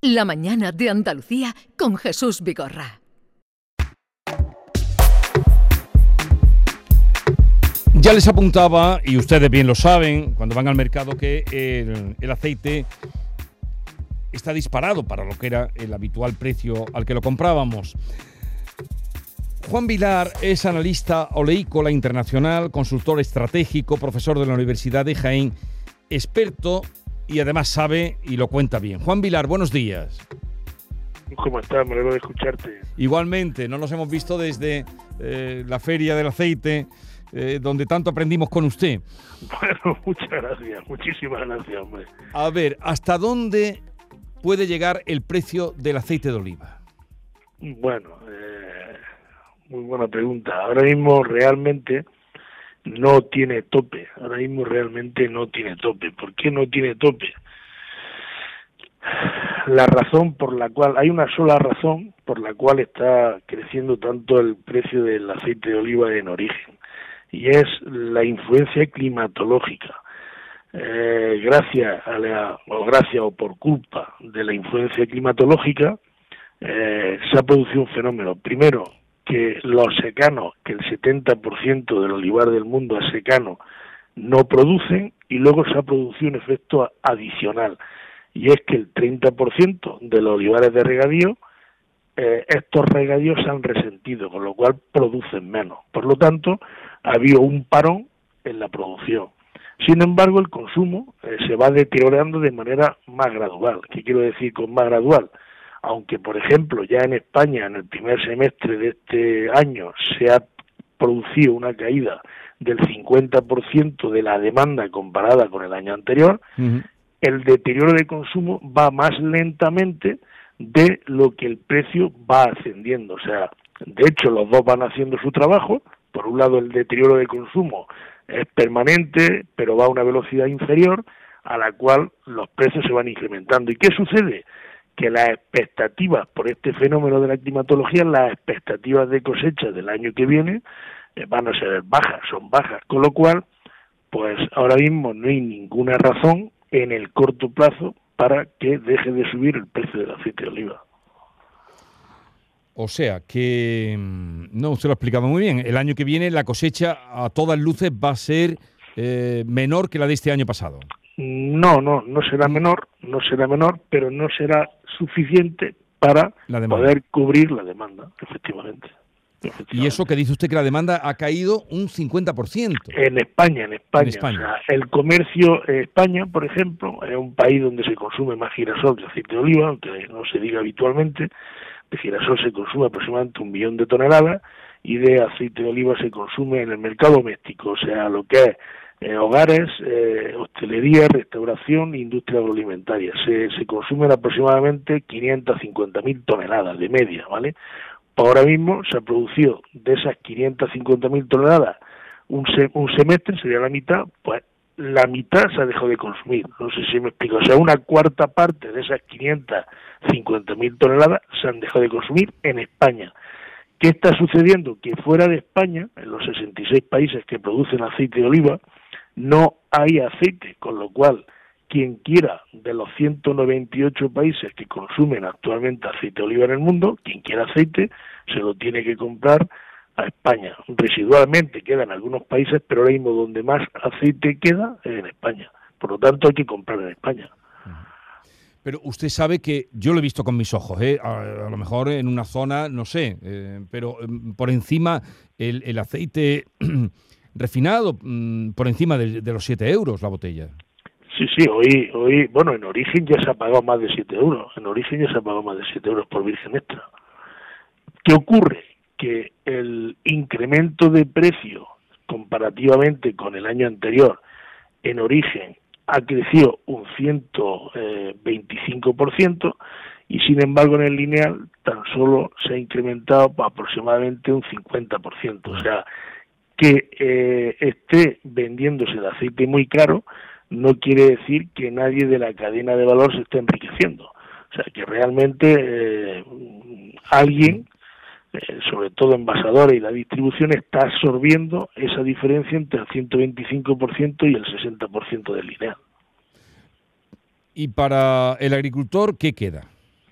La mañana de Andalucía con Jesús Vigorra. Ya les apuntaba, y ustedes bien lo saben, cuando van al mercado, que el aceite está disparado para lo que era el habitual precio al que lo comprábamos. Juan Vilar es analista oleícola internacional, consultor estratégico, profesor de la Universidad de Jaén, experto y además sabe y lo cuenta bien. Juan Vilar, buenos días. ¿Cómo estás? Me alegro de escucharte. Igualmente, no nos hemos visto desde la Feria del Aceite, donde tanto aprendimos con usted. Bueno, muchas gracias, muchísimas gracias, hombre. A ver, ¿hasta dónde puede llegar el precio del aceite de oliva? Bueno, muy buena pregunta. Ahora mismo realmente no tiene tope. Ahora mismo realmente no tiene tope. ¿Por qué no tiene tope? La razón por la cual, hay una sola razón por la cual está creciendo tanto el precio del aceite de oliva en origen, y es la influencia climatológica. Gracias o por culpa de la influencia climatológica, se ha producido un fenómeno. Primero, que los secanos, que el 70% del olivar del mundo es secano, no producen, y luego se ha producido un efecto adicional, y es que el 30% de los olivares de regadío, estos regadíos se han resentido, con lo cual producen menos. Por lo tanto, ha habido un parón en la producción. Sin embargo, el consumo se va deteriorando de manera más gradual. ¿Qué quiero decir con más gradual? Aunque, por ejemplo, ya en España, en el primer semestre de este año, se ha producido una caída del 50% de la demanda comparada con el año anterior, el deterioro de consumo va más lentamente de lo que el precio va ascendiendo. O sea, de hecho, los dos van haciendo su trabajo. Por un lado, el deterioro de consumo es permanente, pero va a una velocidad inferior, a la cual los precios se van incrementando. ¿Y qué sucede? Que las expectativas por este fenómeno de la climatología, las expectativas de cosecha del año que viene van a ser bajas, son bajas, con lo cual, pues ahora mismo no hay ninguna razón en el corto plazo para que deje de subir el precio del aceite de oliva. O sea que, no, usted lo ha explicado muy bien, el año que viene la cosecha a todas luces va a ser menor que la de este año pasado. No será menor, pero no será suficiente para poder cubrir la demanda, efectivamente. Y eso que dice usted, que la demanda ha caído un 50%. En España. O sea, el comercio, España, por ejemplo, es un país donde se consume más girasol que aceite de oliva, aunque no se diga habitualmente. De girasol se consume aproximadamente 1 millón de toneladas, y de aceite de oliva se consume en el mercado doméstico, o sea, lo que es hogares, hostelería, restauración, industria agroalimentaria. Se consumen aproximadamente 550.000 toneladas de media, ¿vale? Ahora mismo se ha producido de esas 550.000 toneladas un semestre, sería la mitad, pues la mitad se ha dejado de consumir. No sé si me explico. O sea, una cuarta parte de esas 550.000 toneladas se han dejado de consumir en España. ¿Qué está sucediendo? Que fuera de España, en los 66 países que producen aceite de oliva, no hay aceite, con lo cual quien quiera, de los 198 países que consumen actualmente aceite de oliva en el mundo, quien quiera aceite se lo tiene que comprar a España. Residualmente quedan algunos países, pero ahora mismo donde más aceite queda es en España. Por lo tanto, hay que comprar en España. Pero usted sabe que yo lo he visto con mis ojos, a lo mejor en una zona, no sé, pero por encima el aceite refinado, por encima de los 7 euros la botella. Sí, hoy, bueno, en origen ya se ha pagado más de 7 euros. En origen ya se ha pagado más de 7 euros por virgen extra. ¿Qué ocurre? Que el incremento de precio comparativamente con el año anterior en origen ha crecido un 125%, y sin embargo en el lineal tan solo se ha incrementado aproximadamente un 50%. O sea, que esté vendiéndose el aceite muy caro no quiere decir que nadie de la cadena de valor se esté enriqueciendo. O sea, que realmente alguien, sobre todo envasadores y la distribución, está absorbiendo esa diferencia entre el 125% y el 60% del lineal. ¿Y para el agricultor qué queda?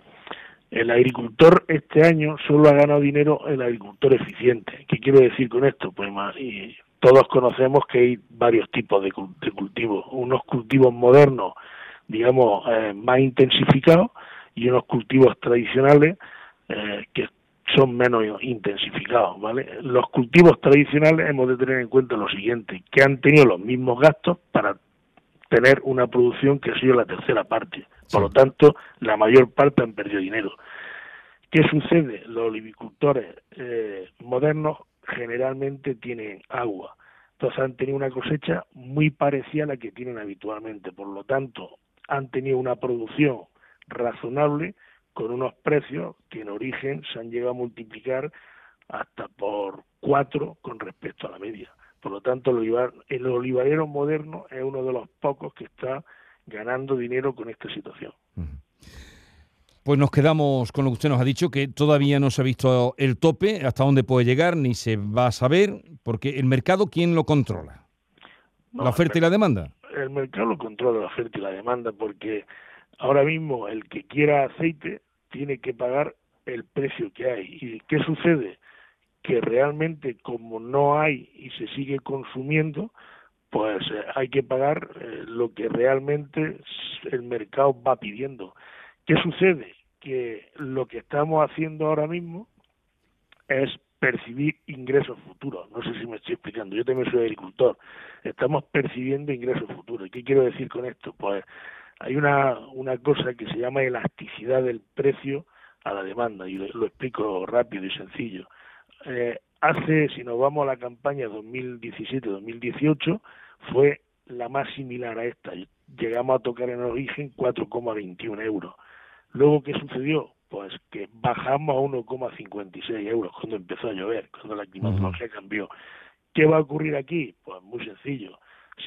El agricultor este año solo ha ganado dinero el agricultor eficiente. ¿Qué quiero decir con esto? Pues y todos conocemos que hay varios tipos de cultivos. Unos cultivos modernos, digamos, más intensificados, y unos cultivos tradicionales que son menos intensificados, ¿vale? Los cultivos tradicionales hemos de tener en cuenta lo siguiente, que han tenido los mismos gastos para tener una producción que ha sido la tercera parte. Por lo tanto, la mayor parte han perdido dinero. ¿Qué sucede? Los olivicultores modernos generalmente tienen agua. Entonces han tenido una cosecha muy parecida a la que tienen habitualmente. Por lo tanto, han tenido una producción razonable con unos precios que en origen se han llegado a multiplicar hasta por 4 con respecto a la media. Por lo tanto, el olivarero moderno es uno de los pocos que está ganando dinero con esta situación. Pues nos quedamos con lo que usted nos ha dicho, que todavía no se ha visto el tope, hasta dónde puede llegar, ni se va a saber, porque el mercado, ¿quién lo controla? ¿La oferta y la demanda? El mercado lo controla, la oferta y la demanda, porque ahora mismo el que quiera aceite tiene que pagar el precio que hay. ¿Y qué sucede? Que realmente como no hay y se sigue consumiendo, pues hay que pagar lo que realmente el mercado va pidiendo. ¿Qué sucede? Que lo que estamos haciendo ahora mismo es percibir ingresos futuros. No sé si me estoy explicando. Yo también soy agricultor. Estamos percibiendo ingresos futuros. ¿Qué quiero decir con esto? Pues hay una cosa que se llama elasticidad del precio a la demanda, y lo explico rápido y sencillo. Si nos vamos a la campaña 2017-2018, fue la más similar a esta. Llegamos a tocar en origen 4,21 euros. Luego, ¿qué sucedió? Pues que bajamos a 1,56 euros cuando empezó a llover, cuando la climatología cambió. ¿Qué va a ocurrir aquí? Pues muy sencillo. Si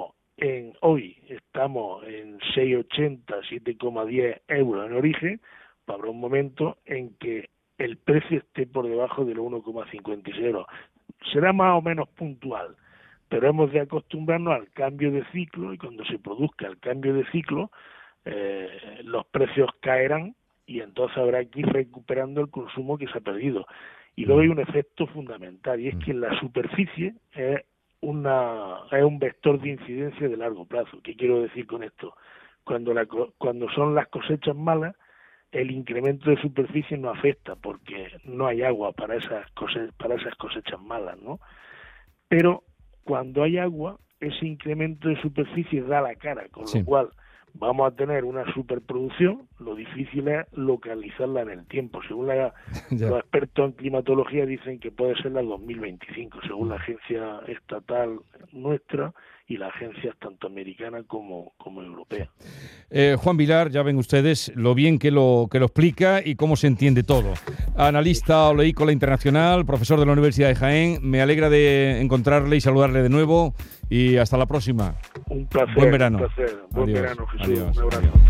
hoy estamos en 6,80, 7,10 euros en origen, pues habrá un momento en que el precio esté por debajo de los 1,56 euros. Será más o menos puntual, pero hemos de acostumbrarnos al cambio de ciclo, y cuando se produzca el cambio de ciclo, los precios caerán, y entonces habrá que ir recuperando el consumo que se ha perdido. Y luego hay un efecto fundamental, y es que la superficie es un vector de incidencia de largo plazo. ¿Qué quiero decir con esto? Cuando son las cosechas malas, el incremento de superficie no afecta porque no hay agua para esas cosechas malas, ¿no? Pero cuando hay agua, ese incremento de superficie da la cara, con lo cual vamos a tener una superproducción. Lo difícil es localizarla en el tiempo. Según los expertos en climatología dicen que puede ser la 2025, según la agencia estatal nuestra y las agencias tanto americanas como europea. Juan Vilar, ya ven ustedes lo bien que lo explica y cómo se entiende todo. Analista oleícola internacional, profesor de la Universidad de Jaén. Me alegra de encontrarle y saludarle de nuevo, y hasta la próxima. Un placer. Buen verano. Un placer. Buen verano, Jesús. Adiós. Un abrazo.